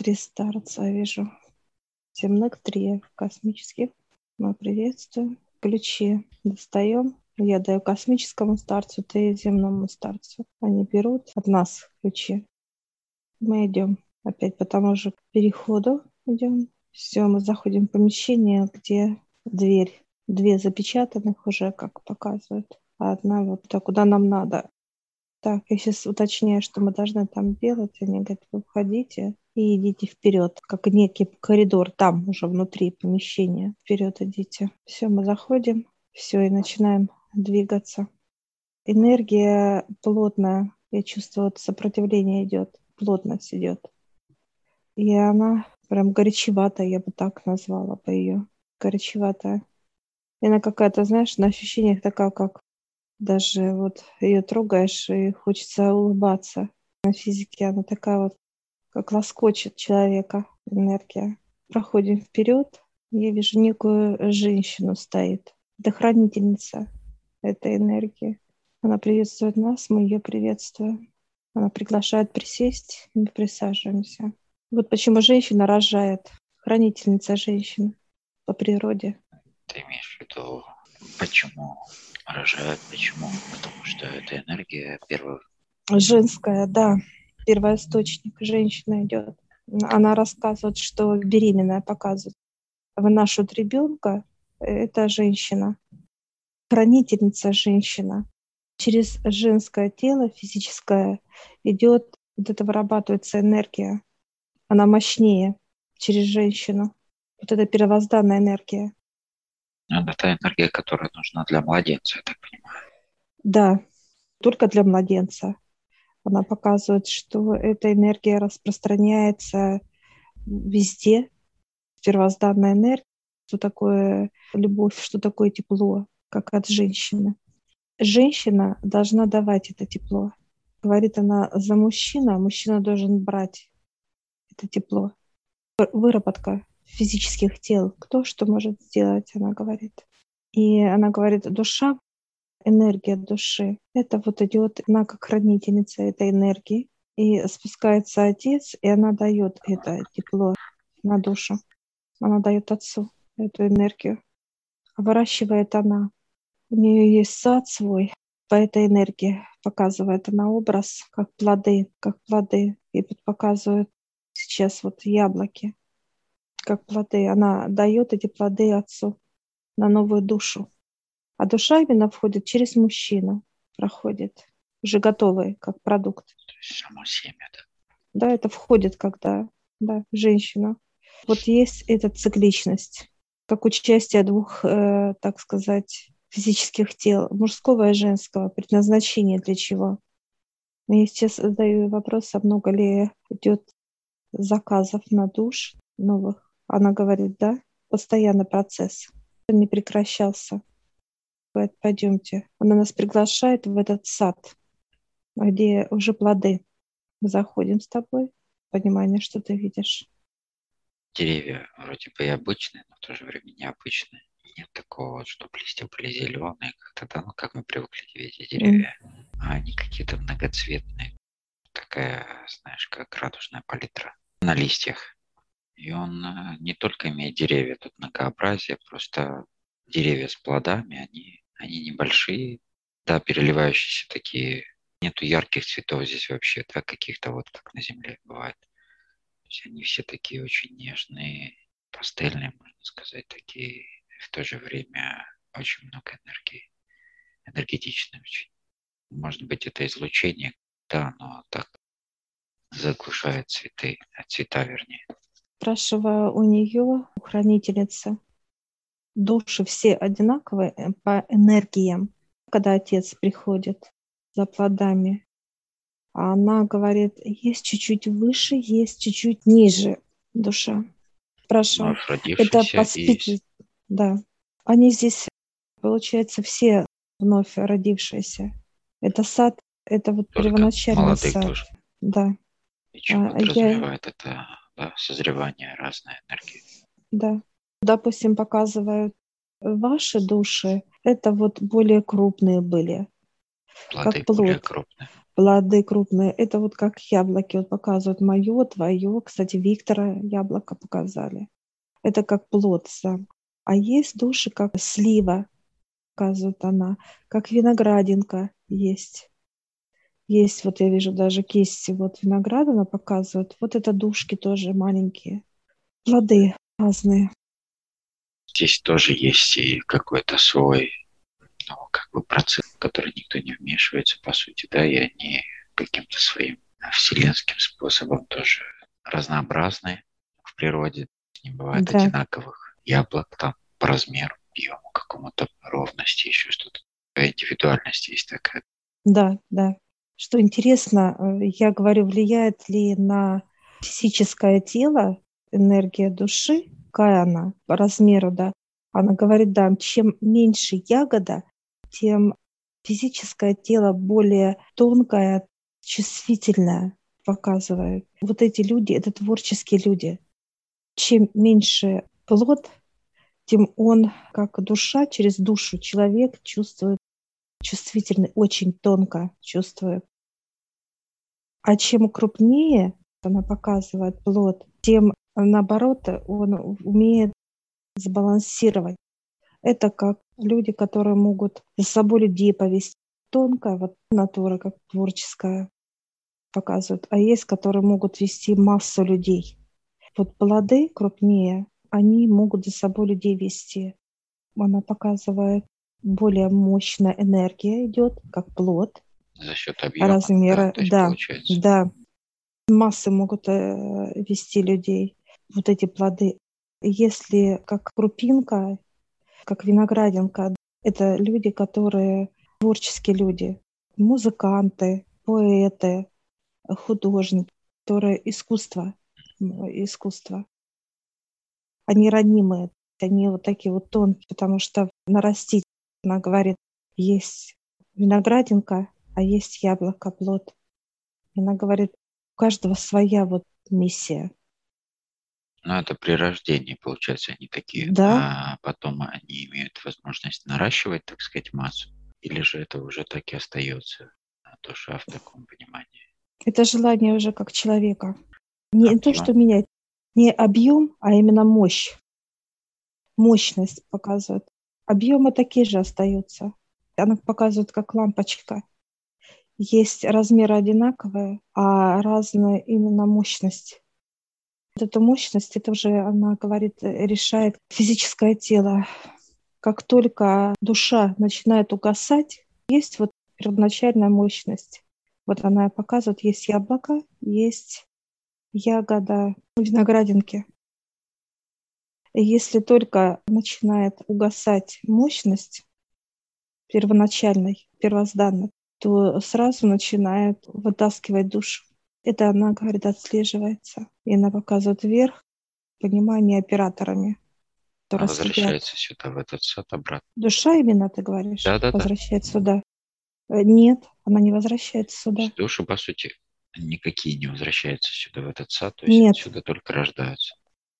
3 старца вижу. Земных 3, космических. Мы приветствуем. Ключи достаем. Я даю космическому старцу, ты земному старцу. Они берут от нас ключи. Мы идем опять по тому же переходу. Идем. Все, мы заходим в помещение, где дверь. 2 запечатанных уже, как показывают. А одна вот туда, куда нам надо. Так, я сейчас уточняю, что мы должны там делать. Они говорят, вы входите и идите вперед, как некий коридор там уже внутри помещения. Вперед идите. Все, мы заходим, все, и начинаем двигаться. Энергия плотная. Я чувствую, вот сопротивление идет, плотность идет. И она прям горячеватая, я бы так назвала бы ее. Горячеватая. И она какая-то, знаешь, на ощущениях такая, как даже вот ее трогаешь, и хочется улыбаться. На физике она такая вот, как лоскочет человека энергия. Проходим вперед. Я вижу некую женщину стоит. Это хранительница этой энергии. Она приветствует нас, мы ее приветствуем. Она приглашает присесть, и мы присаживаемся. Вот почему женщина рожает. Хранительница женщины по природе. Ты имеешь в виду, почему рожают, почему? Потому что это энергия первая. Женская, да. Первоисточник. Женщина идет. Она рассказывает, что беременная показывает. Вынашивают ребенка. Это женщина. Хранительница женщина. Через женское тело физическое идет, вот это вырабатывается энергия. Она мощнее через женщину. Вот это первозданная энергия. Это энергия, которая нужна для младенца, я так понимаю. Да, только для младенца. Она показывает, что эта энергия распространяется везде. Первозданная энергия, что такое любовь, что такое тепло, как от женщины. Женщина должна давать это тепло. Говорит она за мужчину, а мужчина должен брать это тепло. Выработка физических тел. Кто что может сделать, она говорит. И она говорит, душа, энергия души, это вот идет, она как хранительница этой энергии. И спускается Отец, и она дает это тепло на душу. Она дает Отцу эту энергию. Выращивает она. У нее есть сад свой по этой энергии. Показывает она образ, как плоды, как плоды. И вот показывает сейчас вот яблоки, как плоды. Она дает эти плоды Отцу на новую душу. А душа именно входит через мужчину, проходит, уже готовый, как продукт. То есть само семя, да? Да, это входит, когда, да, женщина. Вот есть эта цикличность, как участие 2, так сказать, физических тел, мужского и женского, предназначение для чего. Я сейчас задаю вопрос, а много ли идет заказов на душ новых. Она говорит, да, постоянный процесс, не прекращался. Говорит, пойдемте. Она нас приглашает в этот сад, где уже плоды. Мы заходим с тобой, понимание, что ты видишь. Деревья вроде бы и обычные, но в то же время необычные. Нет такого, чтобы листья были зеленые, как-то, да, ну как мы привыкли видеть деревья. А они какие-то многоцветные. Такая, знаешь, как радужная палитра на листьях. И он не только имеет деревья, тут многообразие, просто деревья с плодами, они небольшие, да, переливающиеся такие. Нету ярких цветов здесь вообще, да, каких-то вот как на земле бывает. То есть они все такие очень нежные, пастельные, можно сказать, такие, и в то же время очень много энергии, энергетичные очень. Может быть, это излучение, да, но так заглушает цвета вернее. Спрашиваю у нее, у хранительницы, души все одинаковые по энергиям, когда Отец приходит за плодами. А она говорит, есть чуть-чуть выше, есть чуть-чуть ниже душа. Спрашиваю, Вновь это родившийся по и спице? Да. Они здесь, получается, все вновь родившиеся. Это сад, это вот только первоначальный молодых сад. душ. Да. И что Я, подразумевает это, да, созревание разной энергии. да. Допустим, показывают ваши души, это вот более крупные были, Плоды как более плод. крупные. Плоды крупные. Это вот как яблоки. Вот показывают мое, твое. Кстати, Виктора яблоко показали. Это как плод сам. А есть души, как слива, показывает она, как виноградинка есть. Есть, вот я вижу даже кисти вот винограда она показывает. Вот это душки тоже маленькие. Плоды разные. Здесь тоже есть и какой-то свой, ну, как бы процесс, в который никто не вмешивается, по сути, да, и они каким-то своим вселенским способом тоже разнообразны в природе. Не бывает Да, одинаковых яблок там по размеру, объему, какому-то ровности, еще что-то. Индивидуальность есть такая. да, да. Что интересно, я говорю, влияет ли на физическое тело энергия души, какая она по размеру, да? Она говорит, да, чем меньше ягода, тем физическое тело более тонкое, чувствительное показывает. Вот эти люди, это творческие люди. Чем меньше плод, тем он, как душа, через душу человек чувствует, чувствительный, очень тонко чувствует. А чем крупнее она показывает плод, тем наоборот он умеет сбалансировать. Это как люди, которые могут за собой людей повести. Тонкая вот натура, как творческая показывают, а есть, которые могут вести массу людей. Вот плоды крупнее, они могут за собой людей вести. Она показывает более мощная энергия идет, как плод, За счет объема, да, размера, то есть да, получается. да, массы могут вести людей, вот эти плоды. Если как крупинка, как виноградинка, это люди, которые творческие люди, музыканты, поэты, художники, которые искусство. Они ранимые, они вот такие вот тонкие, потому что нарастить, она говорит, есть виноградинка, а есть яблоко, плод. И она говорит, у каждого своя вот миссия. Но это при рождении, получается, они такие, Да, а потом они имеют возможность наращивать, так сказать, массу, или же это уже так и остается душа в таком понимании. это желание уже как человека. Не то, Объем. что менять, не объем, а именно мощь. Мощность показывает. Объемы такие же остаются. Она показывает, как лампочка. Есть размеры одинаковые, а разная именно мощность. Вот эта мощность, это уже, она говорит, решает физическое тело. Как только душа начинает угасать, есть вот первоначальная мощность. Вот она показывает, есть яблоко, есть ягода виноградинки. И если только начинает угасать мощность первоначальной, первозданной, то сразу начинает вытаскивать душу. Это она, говорит, отслеживается. И она показывает вверх, понимание операторами, Она которые следят. возвращается сюда, в этот сад обратно. Душа именно, ты говоришь, Да-да-да. возвращается сюда. Нет, она не возвращается То сюда. есть души, по сути, никакие не возвращаются сюда, в этот сад, то есть Нет, отсюда только рождаются.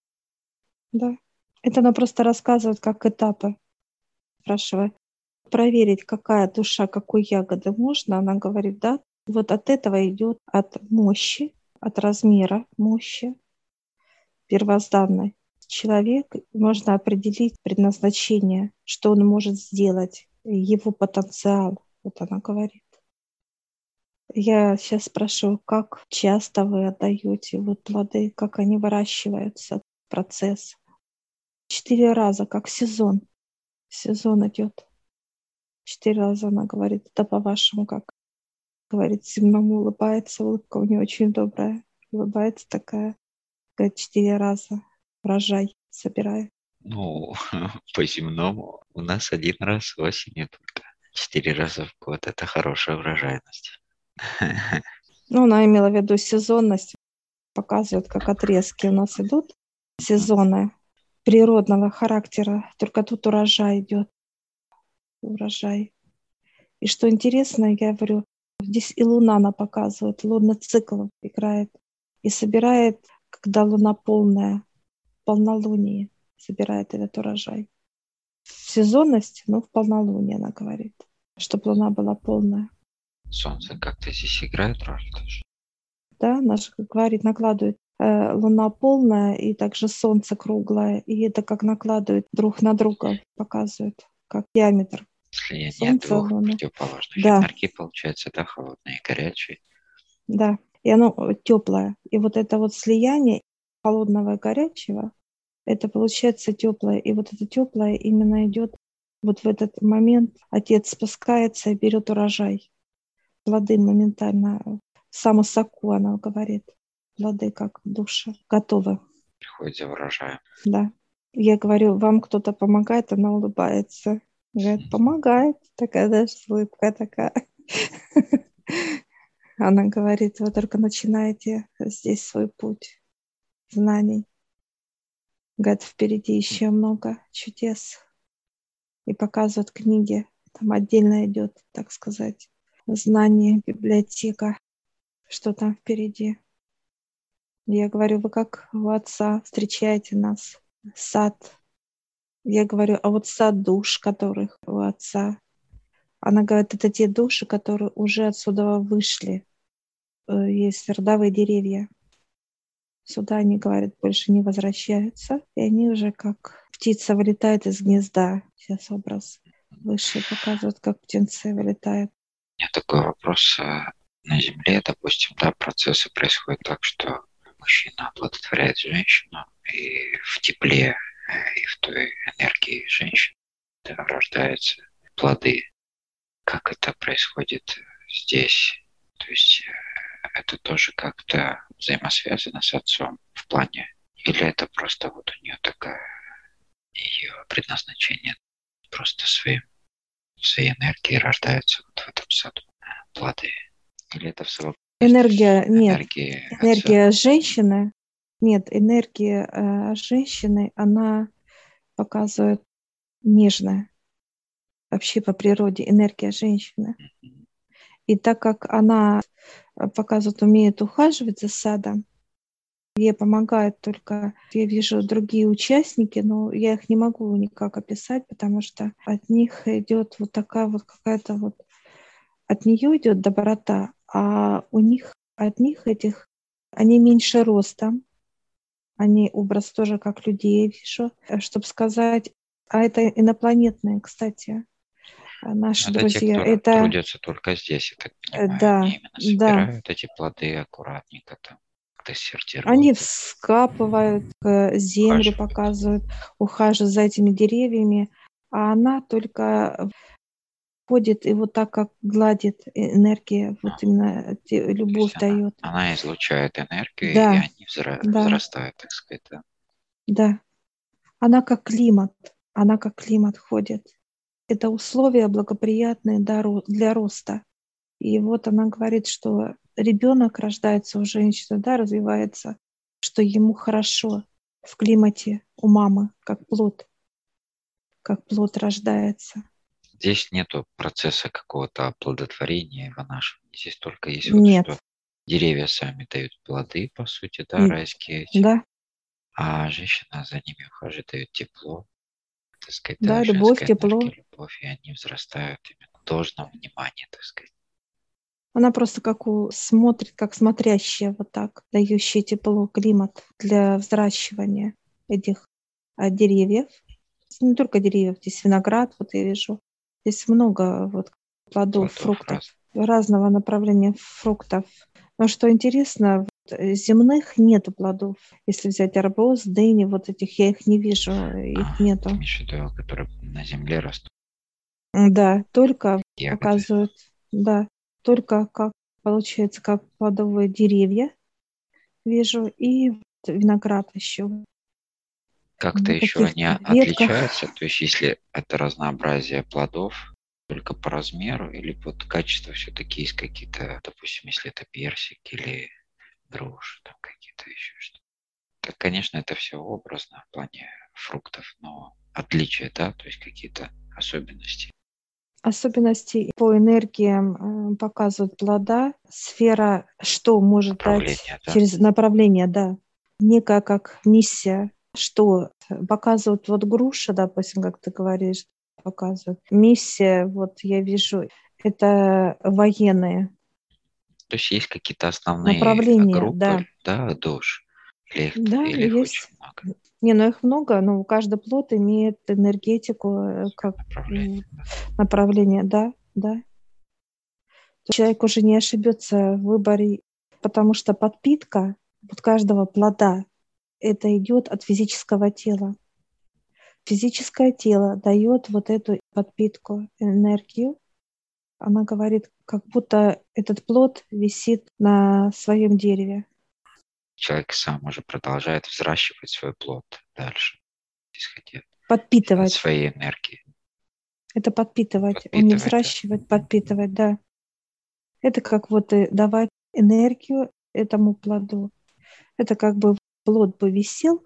да. Это она просто рассказывает, как этапы, спрашивая. Проверить, какая душа, какой ягоды можно, она говорит, да. Вот от этого идет от мощи, от размера мощи первозданной. Человек, можно определить предназначение, что он может сделать, его потенциал. Вот она говорит. Я сейчас спрашиваю, как часто вы отдаете вот плоды, как они выращиваются, процесс. 4 раза, как сезон. Сезон идет. 4 раза она говорит, это по-вашему как? Говорит, земному улыбается, улыбка у нее очень добрая. Улыбается такая, говорит, 4 раза урожай собирает. Ну, по-земному у нас один раз осенью только. 4 раза в год. Это хорошая урожайность. Ну, она имела в виду сезонность, показывает, как отрезки у нас идут, сезоны природного характера, только тут урожай идет, урожай. И что интересно, я говорю, здесь и Луна она показывает, лунный цикл играет и собирает, когда Луна полная, полнолуние, собирает этот урожай. Сезонность, но в полнолуние, она говорит, чтобы Луна была полная. Солнце как-то здесь играет роль тоже. Да, наш, как говорит, накладывает луна полная и также солнце круглое, и это как накладывает друг на друга, показывает, как диаметр Слияние солнца, двух луны. противоположных Да, энергий получается, да, холодный и горячий. да. И оно теплое. И вот это вот слияние холодного и горячего, это получается теплое. И вот это теплое именно идет вот в этот момент. Отец спускается и берет урожай. Плоды моментально, само соку, она говорит. Плоды как душа готовы. Приходит за урожаем. Да. Я говорю, вам кто-то помогает, она улыбается. Говорит, помогает. Такая даже улыбка такая. Она говорит, вы только начинаете здесь свой путь знаний. Говорит, впереди еще много чудес. И показывают книги. Там отдельно идет, так сказать, знание, библиотека, что там впереди. Я говорю, вы как у отца встречаете нас? Сад. Я говорю, а вот сад душ, которых у отца. Она говорит, это те души, которые уже отсюда вышли. Есть родовые деревья. Сюда они, говорят, больше не возвращаются. И они уже как птица вылетает из гнезда. Сейчас образ выше показывает, как птенцы вылетают. У меня такой вопрос. На Земле, допустим, да, процессы происходят так, что мужчина оплодотворяет женщину, и в тепле, и в той энергии женщины, да, рождаются плоды. Как это происходит здесь? То есть это тоже как-то взаимосвязано с отцом в плане? Или это просто вот у нее такая ее предназначение, просто своей энергией рождаются вот в этом саду плоды? Или это в совокупности Энергия, с нет. энергией отца? Энергия женщины, нет, энергия женщины, она показывает нежная. Вообще по природе энергия женщины. И так как она показывает, умеет ухаживать за садом, ей помогают только, я вижу другие участники, но я их не могу никак описать, потому что от них идет вот такая вот какая-то вот, от нее идет доброта, а у них, от них этих, они меньше ростом, они образ тоже как людей вижу, чтобы сказать, а это инопланетные, кстати, наши Это те, друзья, кто это, трудятся только здесь, я так понимаю. да, Они именно да, собирают эти плоды аккуратненько там, как-то они сортируют их, вскапывают, землю ухаживают. показывают, ухаживают за этими деревьями, а она только ходит и вот так как гладит энергия, Ну, вот именно то есть любовь она, дает. она излучает энергию, и Да, они да, взрастают, так сказать, да. да. Она как климат ходит. Это условия благоприятные для роста. И вот она говорит, что ребенок рождается у женщины, да, развивается, что ему хорошо в климате у мамы, как плод рождается. Здесь нету процесса какого-то оплодотворения и вынашивания. Здесь только есть вот что Нет. деревья сами дают плоды, по сути, да, райские эти, Да, а женщина за ними ухаживает, дает тепло, так сказать, да, да, любовь, женская тепло. энергия, любовь, и они взрастают именно в должном внимании, так сказать. Она просто смотрит, как смотрящая вот так, дающая тепло, климат для взращивания этих деревьев. Не только деревьев, здесь виноград, вот я вижу. Здесь много вот плодов, Плодов фруктов, раз. разного направления фруктов. Но что интересно, вот, земных нету плодов. Если взять арбуз, дыни, вот этих я их не вижу, их Ты нету. имеешь в виду, которые на земле растут, Да, только ягоды. показывают, да, только как получается, как плодовые деревья вижу, и вот виноград еще Как-то на еще они каких-то ветках. отличаются, то есть если это разнообразие плодов только по размеру или под качество все-таки есть какие-то, допустим, если это персик или груш, там какие-то еще что-то. Так, конечно, это все образно в плане фруктов, но отличия, да, то есть какие-то особенности. Особенности по энергиям показывают плода. Сфера, что может дать Направление, да. через направление, да. Некая как миссия, что показывают вот груша, допустим, как ты говоришь, показывают. Миссия, вот я вижу, Это военные То есть есть какие-то основные направления, группы, да. да, душ, Да, или их очень есть. много Не, ну их много, но каждый плод имеет энергетику как направлений. Да. направление, да, да. Человек уже не ошибется в выборе, потому что подпитка вот каждого плода это идет от физического тела. Физическое тело дает вот эту подпитку, энергию. Она говорит, как будто этот плод висит на своем дереве. Человек сам уже продолжает взращивать свой плод дальше, исходя от Подпитывать. своей энергии. Это подпитывать. Он не Подпитывать, да. взращивать, подпитывать, да. Это как вот давать энергию этому плоду. Это как бы плод бы висел,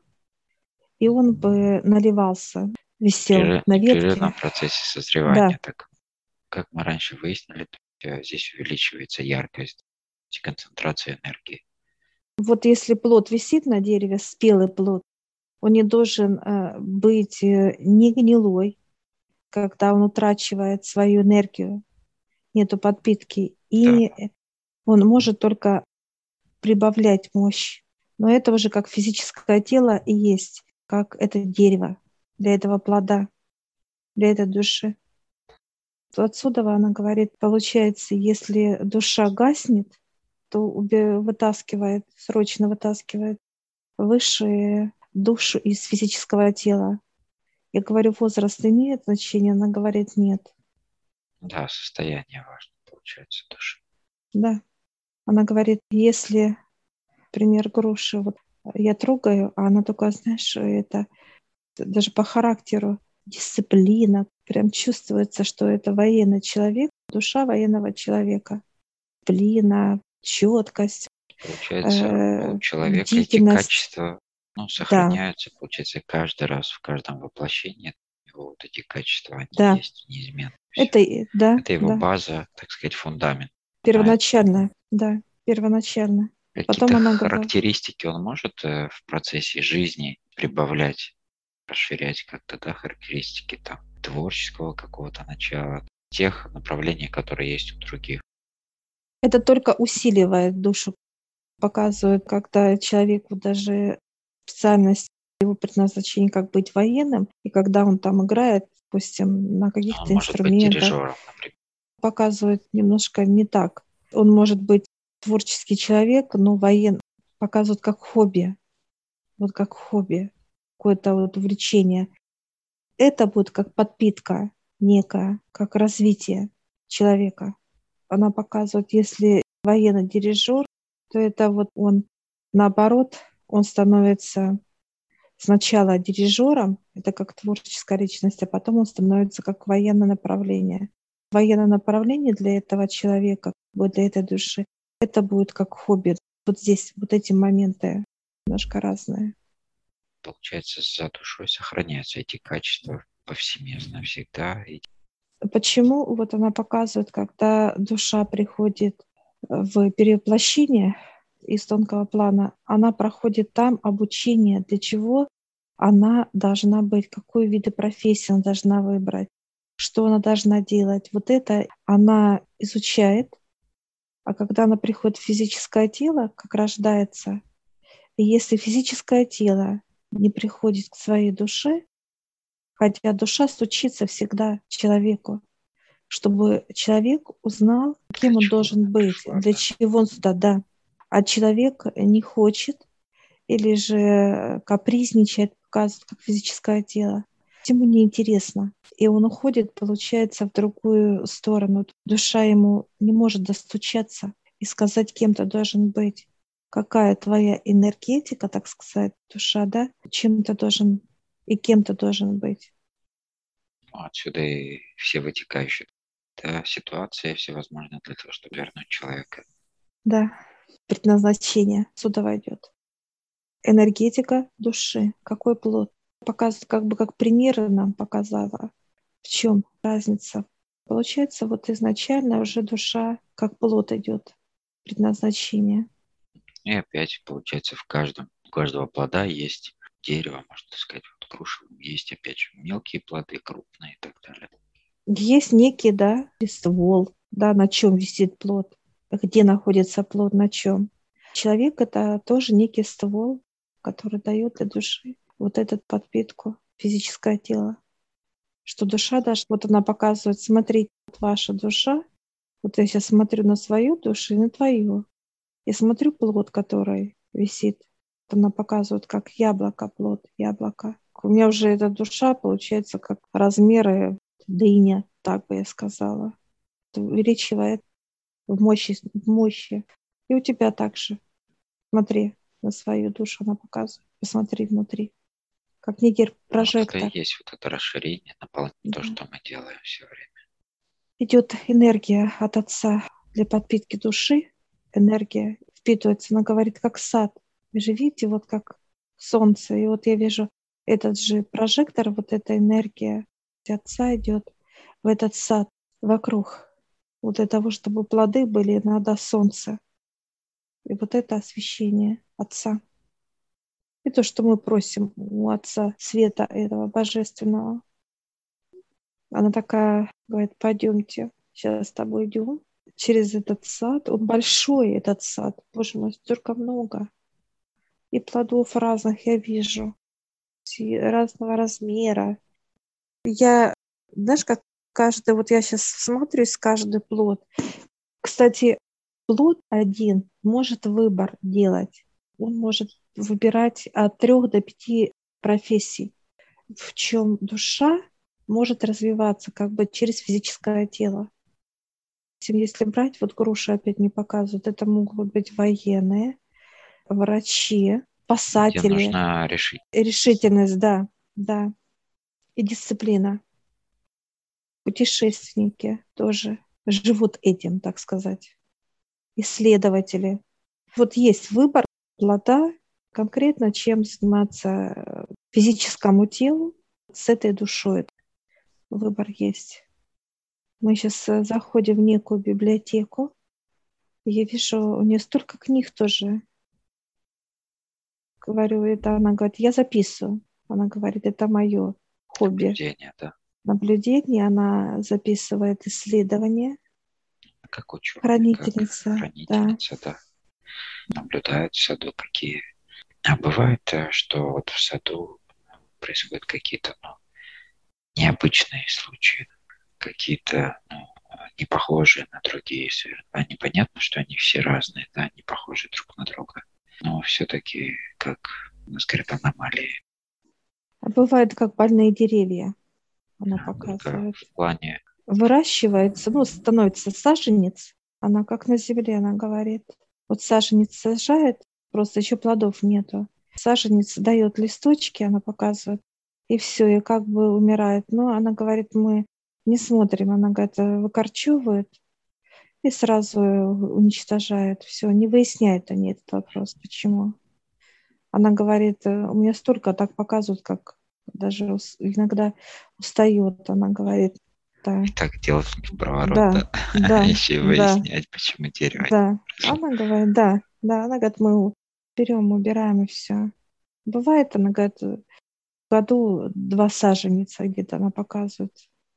и он бы наливался, висел В на непрерывном ветке. процессе Да. созревания, так как мы раньше выяснили, здесь увеличивается яркость и концентрация энергии. Вот если плод висит на дереве, спелый плод, он не должен быть не гнилой, когда он утрачивает свою энергию, нету подпитки, Да, и он может только прибавлять мощь. Но это уже как физическое тело и есть, как это дерево для этого плода, для этой души. То отсюда она говорит, получается, если душа гаснет, то вытаскивает, срочно вытаскивает высшие душу из физического тела. Я говорю, возраст имеет значение? Она говорит, нет. да, состояние важно, получается, души. Да. Она говорит, если, например, груши, вот я трогаю, а она только, знаешь, это даже по характеру дисциплина, прям чувствуется, что это военный человек, душа военного человека. Дисциплина, четкость, Получается, у человека эти бдительность. качества, ну, Да, сохраняются, получается, каждый раз, в каждом воплощении его вот эти качества, они да. есть неизменно. Все. Это, да, Это его да. база, так сказать, фундамент. А Первоначально, да, первоначально. какие-то Потом она говорит, характеристики он может в процессе жизни прибавлять, расширять как-то, да, характеристики там творческого какого-то начала, тех направлений, которые есть у других. это только усиливает душу, показывает, когда человек вот даже специальность его предназначение как быть военным, и когда он там играет, допустим, на Он каких-то может быть инструментах, дирижером, например. показывает немножко не так. Он может быть творческий человек, но воен показывает как хобби, вот как хобби, какое-то вот увлечение. Это будет как подпитка некая, как развитие человека. Она показывает, если военный дирижер, то это вот он наоборот, он становится сначала дирижером, это как творческая личность, а потом он становится как военное направление. Военное направление для этого человека, вот для этой души, это будет как хобби. Вот здесь вот эти моменты немножко разные. Получается, за душой сохраняются эти качества повсеместно всегда. И Почему вот она показывает, когда душа приходит в перевоплощение из тонкого плана, она проходит там обучение, для чего она должна быть, какой вид профессии она должна выбрать, что она должна делать. Вот это она изучает, а когда она приходит в физическое тело, как рождается, и если физическое тело не приходит к своей душе, хотя душа стучится всегда человеку, чтобы человек узнал, для кем он чего должен она быть, пришла, для да. чего он сюда, да. А человек не хочет или же капризничает, показывает как физическое тело. Ему неинтересно. И он уходит, получается, в другую сторону. Душа ему не может достучаться и сказать, кем ты должен быть. Какая твоя энергетика, так сказать, душа, да? Чем ты должен и кем ты должен быть. Ну, отсюда и все вытекающие, да, ситуации всевозможные для того, чтобы вернуть человека. Да, предназначение сюда войдет. Энергетика души, какой плод. Показывает, как бы как примеры нам показала, в чем разница. Получается, вот изначально уже душа как плод идет, предназначение. И опять, получается, у каждого плода есть дерево, можно сказать, вот груша, есть опять же мелкие плоды, крупные и так далее. Есть некий, да, ствол, да, на чем висит плод, где находится плод, на чем. Человек — это тоже некий ствол, который дает для души вот эту подпитку, физическое тело. Что душа даже, вот она показывает, смотрите, вот ваша душа, вот я сейчас смотрю на свою душу и на твою. Я смотрю плод, который висит. Вот она показывает, как яблоко, плод, яблоко. У меня уже эта душа получается как размеры дыня, так бы я сказала. Это увеличивает в мощи, в мощи. И у тебя также. Смотри на свою душу, она показывает. Посмотри внутри, как некий Ну, вот это и прожектор. есть вот это расширение, наполнение, то, Да. что мы делаем все время. Идет энергия от Отца для подпитки души. Энергия впитывается, она говорит, как сад. Вы же видите, вот как солнце. И вот я вижу этот же прожектор, вот эта энергия от Отца идет в этот сад вокруг. Вот для того, чтобы плоды были, надо солнце. И вот это освещение Отца. И то, что мы просим у Отца света этого божественного. Она такая говорит, пойдемте, сейчас с тобой идем через этот сад. Он большой, этот сад. Боже мой, столько много. И плодов разных я вижу. И разного размера. Я, знаешь, как каждый, вот я сейчас всматриваюсь, каждый плод. Кстати, плод один может выбор делать. Он может выбирать от 3 до 5 профессий, в чем душа может развиваться как бы через физическое тело. Если брать, вот груши опять не показывают, это могут быть военные, врачи, Где спасатели, нужно решить. решительность, да, да, и дисциплина. Путешественники тоже живут этим, так сказать. Исследователи. Вот есть выбор плода, конкретно чем заниматься физическому телу с этой душой. Выбор есть. Мы сейчас заходим в некую библиотеку. Я вижу, у нее столько книг тоже. Говорю, это она говорит, я записываю. Она говорит, это мое хобби. Наблюдение, да. Наблюдение, она записывает исследования. Как ученый, как Хранительница, да. хранительница, да. Наблюдают в саду какие. А бывает, что вот в саду происходят какие-то необычные случаи, какие-то не похожие на другие. Они понятно, что они все разные, да, не похожи друг на друга. Но все-таки, как у нас говорят, аномалии. А бывает, как больные деревья, она Только показывает. в плане Выращивается, ну, становится саженец, она как на земле, она говорит. Вот саженец сажает, просто еще плодов нету. Саженец дает листочки, она показывает, и все, и как бы умирает. Но она говорит, мы не смотрим, она говорит, выкорчевывает и сразу уничтожает. Все, не выясняют они этот вопрос, почему. Она говорит, у меня столько так показывают, как даже иногда устает. Она говорит, да, и так делать в проворот, да, да, да, еще и да, выяснять, почему дерево не да. росло. Она говорит, да, да. Она говорит, мы берем, убираем и все. Бывает, она говорит, в году 2 саженца где-то она показывает.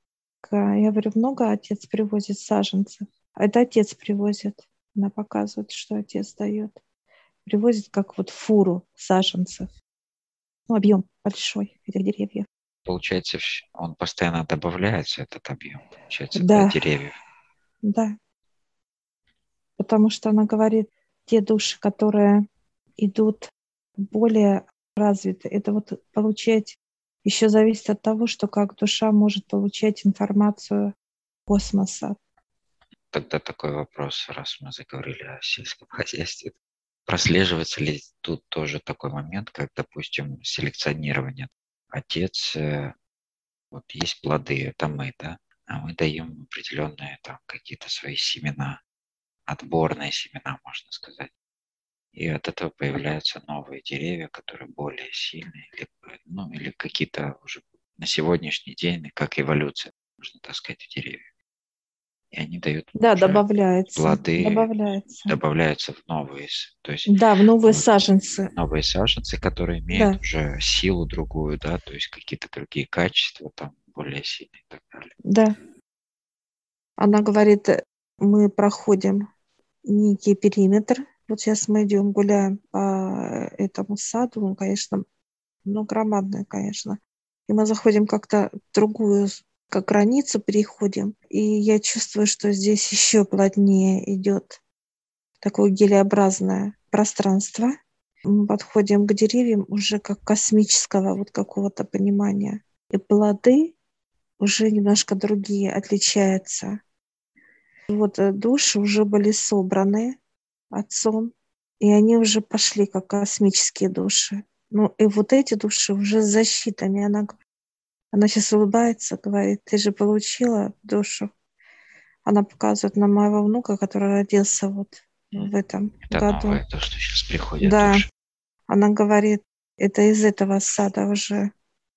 Я говорю, много отец привозит саженцев? А это отец привозит. Она показывает, что отец дает. Привозит как вот фуру саженцев. Ну, объем большой этих деревьев. Получается, он постоянно добавляется, этот объем, получается, да, Да, деревьев. да. Потому что она говорит, те души, которые идут более развиты, это вот получать еще зависит от того, что как душа может получать информацию космоса. Тогда такой вопрос, раз мы заговорили о сельском хозяйстве. Прослеживается ли тут тоже такой момент, как, допустим, селекционирование? Отец, вот есть плоды, это мы, да, а мы даем определенные там какие-то свои семена, отборные семена, можно сказать. И от этого появляются новые деревья, которые более сильные, или какие-то уже на сегодняшний день, как эволюция, можно так сказать, в деревьях. И они дают Да, уже добавляется, плоды, добавляется. добавляются в новые, то есть Да, в новые вот саженцы. новые саженцы, которые имеют Да, уже силу другую, да, то есть какие-то другие качества, там более сильные и так далее. да. Она говорит, мы проходим некий периметр. Вот сейчас мы идем, гуляем по этому саду, он, конечно, ну, громадный, конечно. И мы заходим как-то в другую, как границу переходим, и я чувствую, что здесь еще плотнее идет такое гелеобразное пространство. Мы подходим к деревьям уже как космического вот какого-то понимания. И плоды уже немножко другие, отличаются. Вот души уже были собраны Отцом, и они уже пошли как космические души. Ну и вот эти души уже с защитами. Она сейчас улыбается, говорит, ты же получила душу. Она показывает на моего внука, который родился вот в этом Это году. новое, то, что сейчас приходят Да, души. она говорит, это из этого сада уже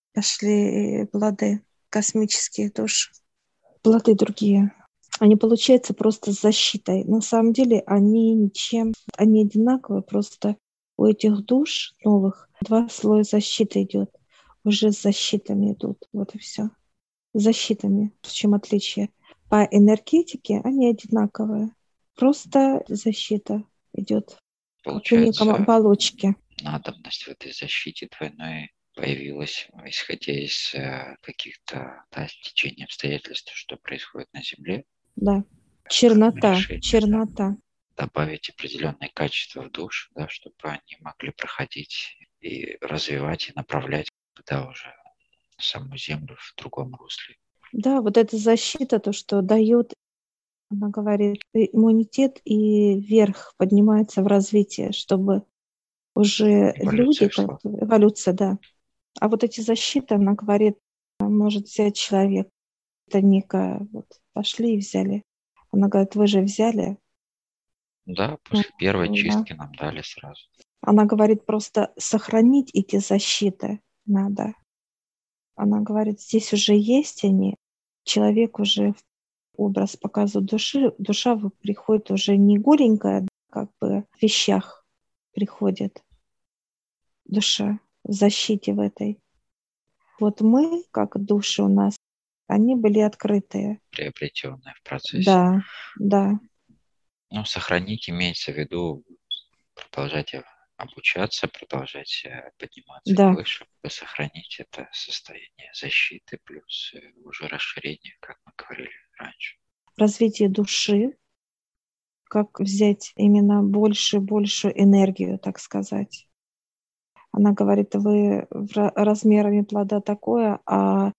пошли плоды, космические души. Плоды другие. Они получаются просто с защитой. На самом деле они ничем, они одинаковые, просто у этих душ новых 2 слоя защиты идет. Уже с защитами идут. Вот и все. С защитами. В чем отличие? По энергетике они одинаковые. Просто защита идет. Как в неком Получается, оболочке. надобность в этой защите двойной появилась, исходя из каких-то течений обстоятельств, что происходит на Земле. Да. Чернота. Решение, да, Чернота. добавить определенные качества в душ, да, чтобы они могли проходить и развивать, и направлять, да, уже саму Землю в другом русле. Да, вот эта защита, то, что дает, она говорит, иммунитет и вверх поднимается в развитие, чтобы уже люди, Эволюция как шла. эволюция, да. А вот эти защиты, она говорит, может взять человек. Это некая, вот пошли и взяли. Она говорит, вы же взяли. Да, Ну, после первой да. чистки нам дали сразу. Она говорит, просто сохранить эти защиты надо. Она говорит, здесь уже есть они. Человек уже образ показывает души. Душа приходит уже не голенькая, как бы в вещах приходит душа в защите в этой. Вот мы, как души у нас, они были открытые. Приобретенное в процессе. Да, да, Ну, сохранить имеется в виду продолжать обучаться, продолжать подниматься да. выше, сохранить это состояние защиты плюс уже расширение, как мы говорили раньше. Развитие души, как взять именно большую энергию, так сказать. Она говорит, вы размерами плода такое, а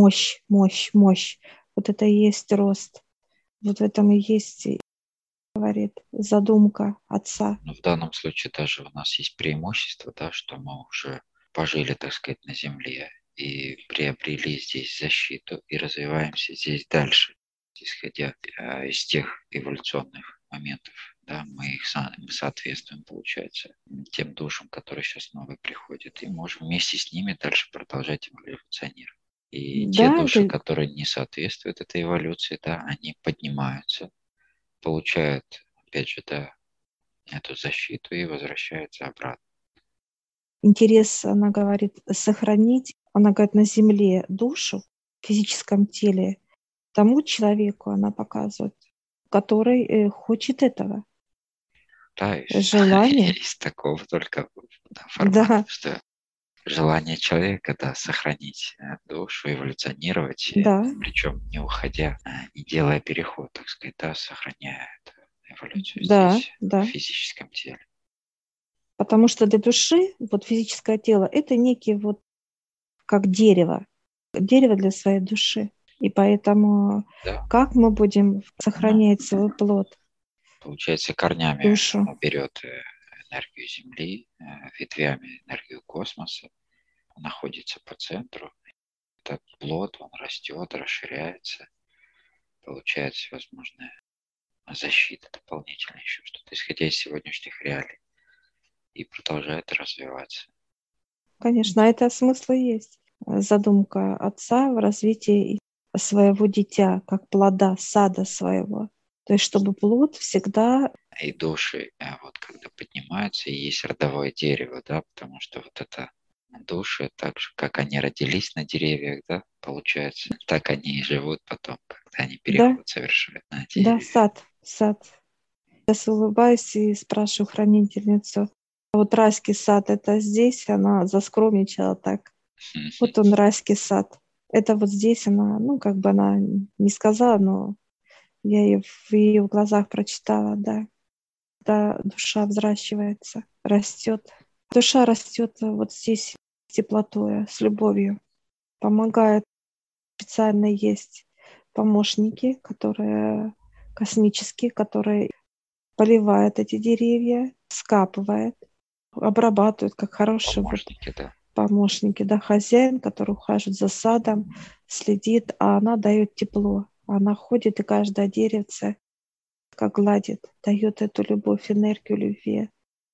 мощь. Вот это и есть рост. Вот в этом и есть, говорит, задумка отца. Но в данном случае даже у нас есть преимущество, да, что мы уже пожили, так сказать, на Земле и приобрели здесь защиту и развиваемся здесь дальше, исходя из тех эволюционных моментов. Да, мы соответствуем, получается, тем душам, которые сейчас новые приходят, и можем вместе с ними дальше продолжать эволюционировать. И те Да, души, которые не соответствуют этой эволюции, да, они поднимаются, получают, опять же, да, эту защиту и возвращается обратно. интерес, она говорит, сохранить, она говорит, на земле душу в физическом теле тому человеку, она показывает, который хочет этого. Да, из, Желание. из такого только да, формата, Да, что желание человека, да, сохранить душу, эволюционировать, да, причем не уходя, не делая переход, так сказать, да, сохраняя эту эволюцию да, здесь, в да. физическом теле. Потому что для души вот физическое тело – это некий вот как дерево для своей души. И поэтому Да, как мы будем оно, сохранять свой плод, получается, корнями душу? оно берет энергию Земли, ветвями энергию космоса, находится по центру. Этот плод, он растет, расширяется, получает всевозможные защиты дополнительные, еще что-то, исходя из сегодняшних реалий, и продолжает развиваться. Конечно, это смысл и есть. Задумка отца в развитии своего дитя, как плода сада своего. То есть, чтобы плод всегда... И души, вот когда поднимаются, и есть родовое дерево, да, потому что вот это души, так же, как они родились на деревьях, да, получается, так они и живут потом, когда они Да, переход совершают на да, деревья. сад. Сейчас улыбаюсь и спрашиваю хранительницу. А вот райский сад это здесь? Она заскромничала так. Вот он, райский сад. Это вот здесь она, ну, как бы она не сказала, но я в ее глазах прочитала, да. Да, душа взращивается, растет. Душа растет вот здесь с теплотой, с любовью. Помогает. Специально есть помощники, которые космические, которые поливают эти деревья, скапывают, обрабатывают, как хорошие вот Помощники, да. помощники, да, хозяин, который ухаживает за садом, следит, а она дает тепло. Она ходит и каждое деревце как гладит, дает эту любовь, энергию любви.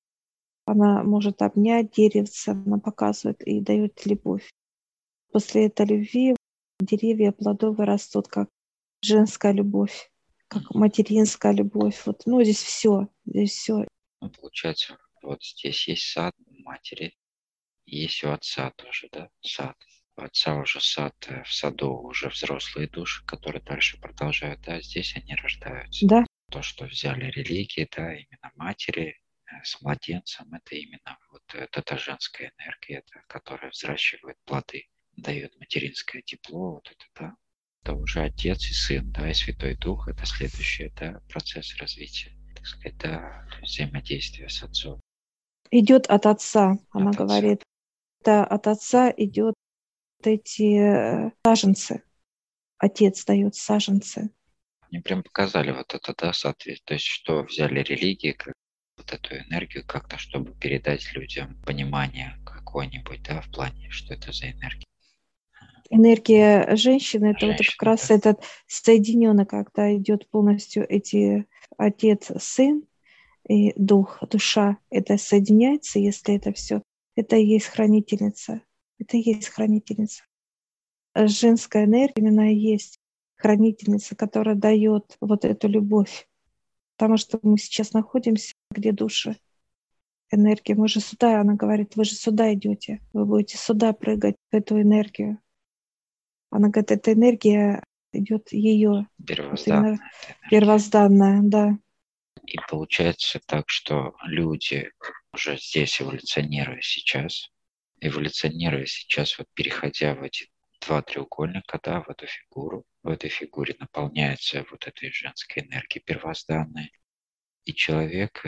Она может обнять деревце, она показывает и дает любовь. После этой любви деревья плодовые растут, как женская любовь, как материнская любовь. Вот, ну, здесь все, здесь все. Ну, получается, вот здесь есть сад у матери, есть у отца тоже, да, сад. У отца уже сад, в саду уже взрослые души, которые дальше продолжают, да, здесь они рождаются. Да, То, что взяли религии, да, именно матери с младенцем, это именно вот эта женская энергия, да, которая взращивает плоды, дает материнское тепло, вот это, да. Это уже отец и сын, да, и Святой Дух, это следующий, да, процесс развития, так сказать, да, взаимодействие с отцом, идет от отца, она от отца. говорит. Это от отца идет эти саженцы. Отец дает саженцы. Мне прям показали вот это, да, соответствие, то есть что взяли религии, как вот эту энергию как-то, чтобы передать людям понимание какое-нибудь, да, в плане, что это за энергия. Энергия женщины это вот как Женщины, раз да. этот соединенно, когда идет полностью эти отец, сын и дух, душа, это соединяется, если это все, это и есть хранительница. Это и есть хранительница. Женская энергия именно и есть хранительница, которая дает вот эту любовь. Потому что мы сейчас находимся, где души, энергия. Мы же сюда, она говорит, вы же сюда идете, вы будете сюда прыгать в эту энергию. Она говорит, эта энергия идет ее, вот именно Первозданная эта энергия. первозданная, да. И получается так, что люди уже здесь эволюционируя сейчас, вот переходя в эти два треугольника, да, в эту фигуру, в этой фигуре наполняется вот этой женской энергией первозданной, и человек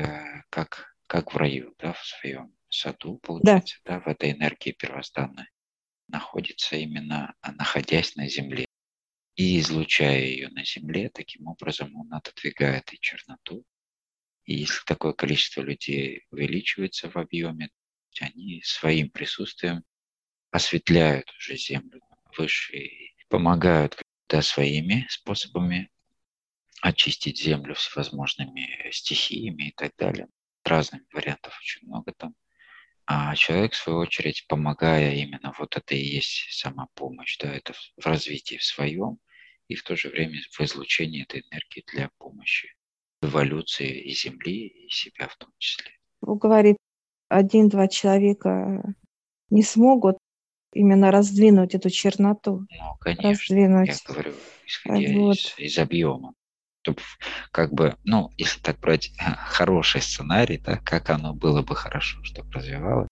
как в раю, да, в своем саду, Да, получается, да, в этой энергии первозданной находится именно, находясь на Земле. И излучая ее на Земле, таким образом он отодвигает и черноту. И если такое количество людей увеличивается в объеме, они своим присутствием осветляют уже Землю выше и помогают, да, своими способами очистить Землю всевозможными стихиями и так далее. Разных вариантов очень много там. А человек, в свою очередь, помогая именно, вот это и есть самопомощь, да, это в развитии в своем и в то же время в излучении этой энергии для помощи в эволюции и Земли, и себя в том числе. говорит, один-два человека не смогут именно раздвинуть эту черноту, Ну, конечно, я раздвинуть. говорю, исходя Вот. из объема. Чтоб как бы, ну, если так брать хороший сценарий, да, как оно было бы хорошо, чтобы развивалось.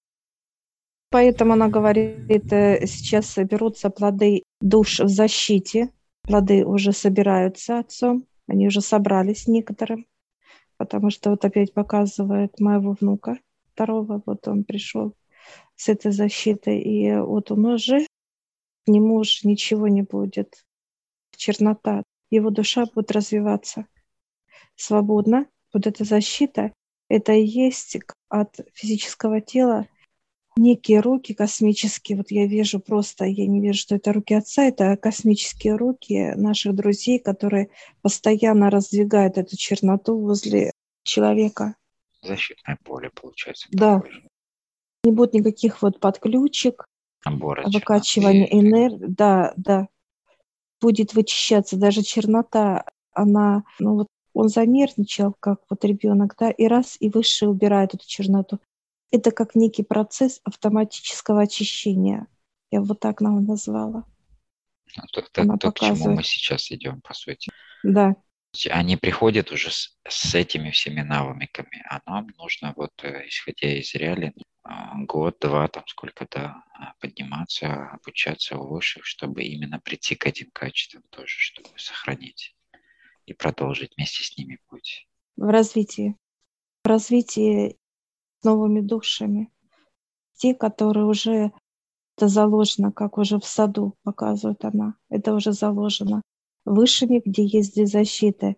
Поэтому она говорит, сейчас соберутся плоды душ в защите. Плоды уже собираются отцом. Они уже собрались некоторым. Потому что вот опять показывает моего внука второго. Вот он пришел с этой защитой. И вот он уже, к нему уже ничего не будет. Чернота. Его душа будет развиваться свободно. Вот эта защита, это и есть от физического тела некие руки космические. Вот я вижу просто, я не вижу, что это руки отца, это космические руки наших друзей, которые постоянно раздвигают эту черноту возле человека. Защитное поле получается Да, такое же. не будет никаких вот подключек, Набор от выкачивания черноты. энергии. Да, да, будет вычищаться даже чернота. Она, ну вот он занервничал, как вот ребенок, да, и раз, и выше убирает эту черноту. Это как некий процесс автоматического очищения. Я вот так нам назвала. Ну, Она то, к чему мы показывает. сейчас идем, по сути. Да. Они приходят уже с этими всеми навыками, а нам нужно, вот, исходя из реалий, год, два, там сколько, да, подниматься, обучаться у высших, чтобы именно прийти к этим качествам тоже, чтобы сохранить и продолжить вместе с ними путь. В развитии. В развитии с новыми душами. Те, которые уже это заложено, как уже в саду показывает она. Это уже заложено высшими, где есть две защиты.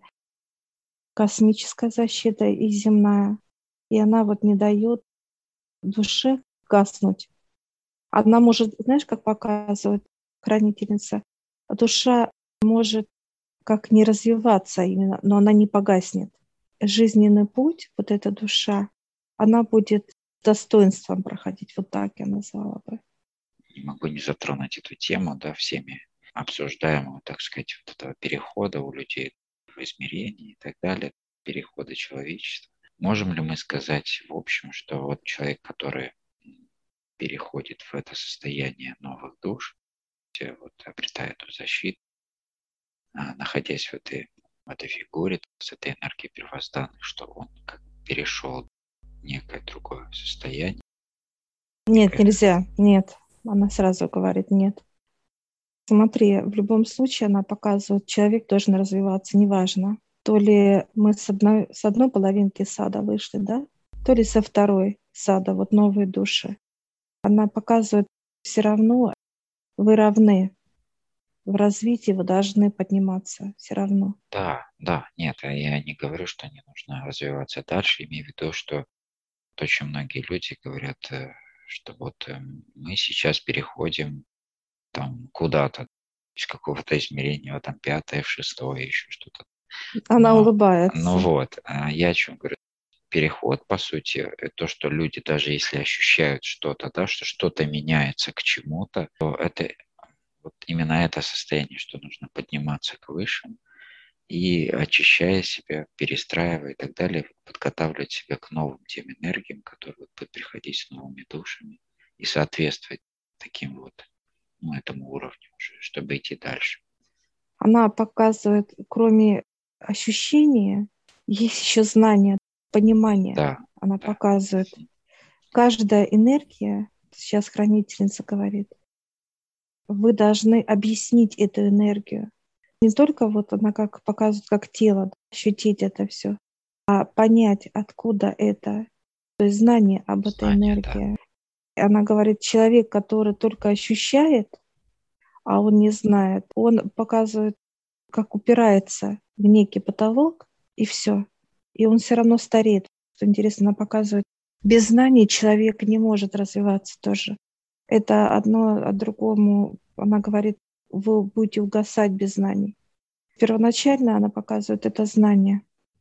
Космическая защита и земная. И она вот не дает душе гаснуть. Она может, знаешь, как показывает хранительница, душа может как не развиваться именно, но она не погаснет. Жизненный путь, вот эта душа, она будет достоинством проходить. Вот так я назвала бы. Не могу не затронуть эту тему, да, всеми обсуждаемого, так сказать, вот этого перехода у людей в измерении и так далее, перехода человечества. Можем ли мы сказать, в общем, что вот человек, который переходит в это состояние новых душ, где вот обретает эту защиту, находясь в этой фигуре, с этой энергией первозданной, что он как перешел в некое другое состояние. Нет, нельзя, нет. Она сразу говорит нет. Смотри, в любом случае она показывает, человек должен развиваться, неважно. То ли мы с одной половинки сада вышли, да, то ли со второй сада, вот новые души. Она показывает, все равно вы равны в развитии, вы должны подниматься все равно. Да, да, нет, я не говорю, что не нужно развиваться дальше, имею в виду, что вот очень многие люди говорят, что вот мы сейчас переходим там куда-то из какого-то измерения, там пятое, в шестое, еще что-то. Она Ну улыбается. вот, я о чем говорю. Переход, по сути, то, что люди, даже если ощущают что-то, да, что что-то меняется к чему-то, то это вот именно это состояние, что нужно подниматься к высшим и, очищая себя, перестраивая и так далее, подготавливать себя к новым тем энергиям, которые вот будут приходить с новыми душами и соответствовать таким вот, ну, этому уровню уже, чтобы идти дальше. Она показывает, кроме ощущения, есть еще знание, понимание. Да, Она да. показывает. Каждая энергия, сейчас хранительница говорит, вы должны объяснить эту энергию. Не только вот она как показывает, как тело, да, ощутить это все, а понять, откуда это, то есть знание об этой Знание, да. энергии. Она говорит, человек, который только ощущает, а он не знает, он показывает, как упирается в некий потолок, и все. И он все равно стареет. Что интересно, она показывает, без знаний человек не может развиваться тоже. Это одно от другому. Она говорит, вы будете угасать без знаний. Первоначально она показывает это знание.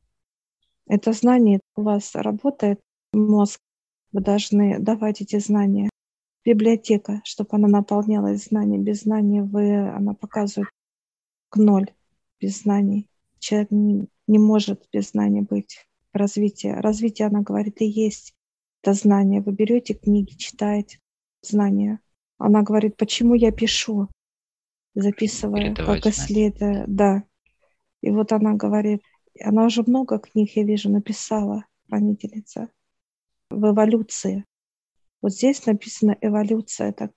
Это знание у вас работает, мозг. Вы должны давать эти знания. Библиотека, чтобы она наполнялась знаниями. Без знаний она показывает к ноль без знаний. Человек не может без знаний быть в развитии. Развитие, она говорит, и есть это знание. Вы берете книги, читаете знания. Она говорит, почему я пишу, записываю, как Передавать знания. исследую. Да. И вот она говорит, она уже много книг, я вижу, написала, хранительница, в эволюции. Вот здесь написано эволюция. Так.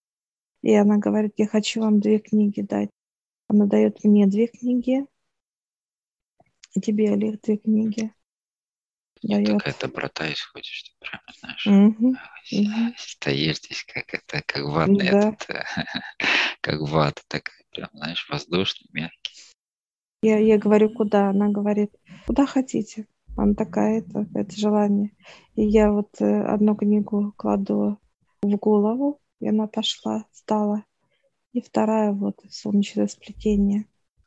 И она говорит, я хочу вам 2 книги дать. Она дает мне 2 книги, и тебе, Олег, 2 книги Нет, дает. такая доброта исходит, что прямо, знаешь, Мгм. Мгм. стоишь здесь, как это, как ватный Да. этот, как вата такая, прям, знаешь, воздушный, мягкий. Я говорю, куда? Она говорит, куда хотите. Она такая, это желание. И я вот одну книгу кладу в голову, и она пошла, стала. И вторая вот «Солнечное сплетение».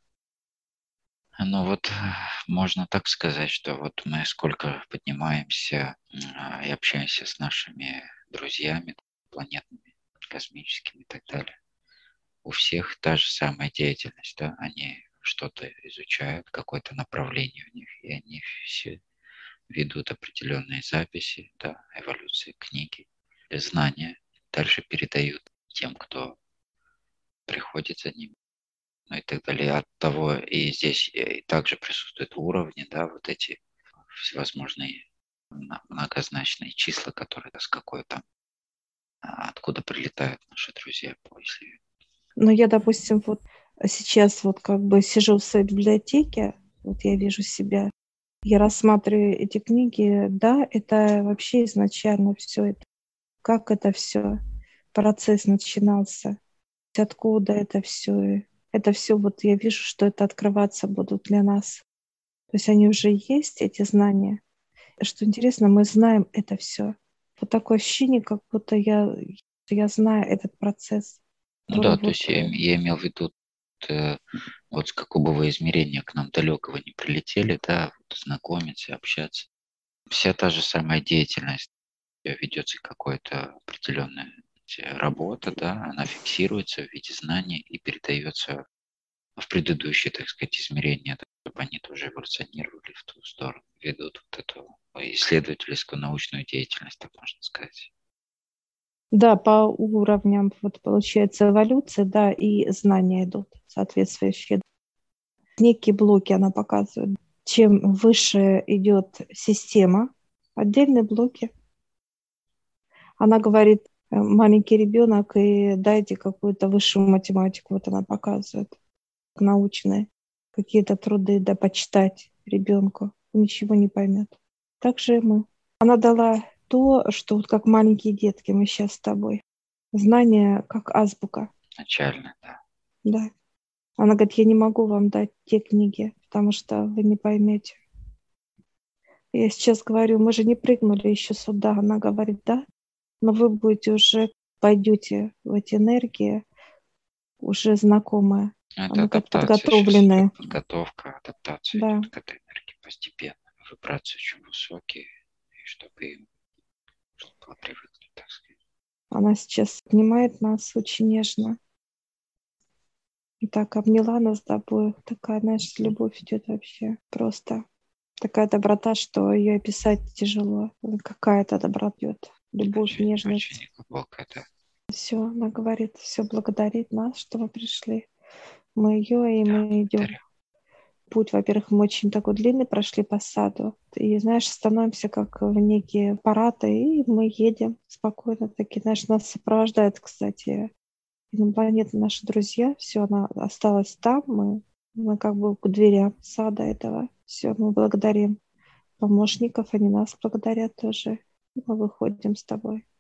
Ну вот можно так сказать, что вот мы сколько поднимаемся и общаемся с нашими друзьями планетными, космическими и так далее. У всех та же самая деятельность, да, они что-то изучают, какое-то направление у них, и они все ведут определенные записи, да, эволюции книги, знания, дальше передают тем, кто приходит за ним, ну и так далее. От того и здесь и также присутствуют уровни, да, вот эти всевозможные многозначные числа, которые с какой там, откуда прилетают наши друзья, если... Но я, допустим, вот сейчас вот как бы сижу в своей библиотеке, вот я вижу себя, я рассматриваю эти книги, да, это вообще изначально все это, как это все, процесс начинался, откуда это все вот я вижу, что это открываться будут для нас. То есть они уже есть, эти знания. Что интересно, мы знаем это все. Вот такое ощущение, как будто я знаю этот процесс, Ну который да, то вот... есть я имел в виду, вот с какого бы измерения к нам далекого не прилетели, да, вот знакомиться, общаться. Вся та же самая деятельность, ведется какая-то определенная работа, да, она фиксируется в виде знаний и передается в предыдущее, так сказать, измерение, да, чтобы они тоже эволюционировали в ту сторону, ведут вот эту исследовательскую научную деятельность, так можно сказать. Да, по уровням вот получается эволюция, да, и знания идут соответствующие. Некие блоки она показывает. Чем выше идет система, отдельные блоки. Она говорит, маленький ребенок, и дайте какую-то высшую математику, вот она показывает, научные какие-то труды, да, почитать ребенку, ничего не поймет. Так же и мы. Она дала то, что вот как маленькие детки, мы сейчас с тобой. Знание как азбука. Начально, да. Да. Она говорит, я не могу вам дать те книги, потому что вы не поймете. Я сейчас говорю, мы же не прыгнули еще сюда. Она говорит, да, но вы будете уже, пойдете в эти энергии, уже знакомые. Ну, это Она говорит, адаптация сейчас идет, подготовленные. подготовка, адаптация Да. идет к этой энергии постепенно. Вибрации очень высокие, и чтобы им было привыкнуть, так сказать. Она сейчас обнимает нас очень нежно. И так обняла нас с тобой. Такая, знаешь, любовь идет вообще. Просто такая доброта, что ее описать тяжело. Какая-то доброта идет. Любовь, Очень, нежность. очень глубокая, да. Все, она говорит, все благодарит нас, что мы пришли. Мы ее, и Да, мы идем. благодарю. Путь, во-первых, мы очень такой длинный прошли по саду. И, знаешь, становимся как в некие аппараты, и мы едем спокойно. Такие, знаешь, нас сопровождают, кстати, инопланетные наши друзья. Все, она осталась там. Мы как бы к дверям сада этого. Все, мы благодарим помощников, они нас благодарят тоже. Мы выходим с тобой.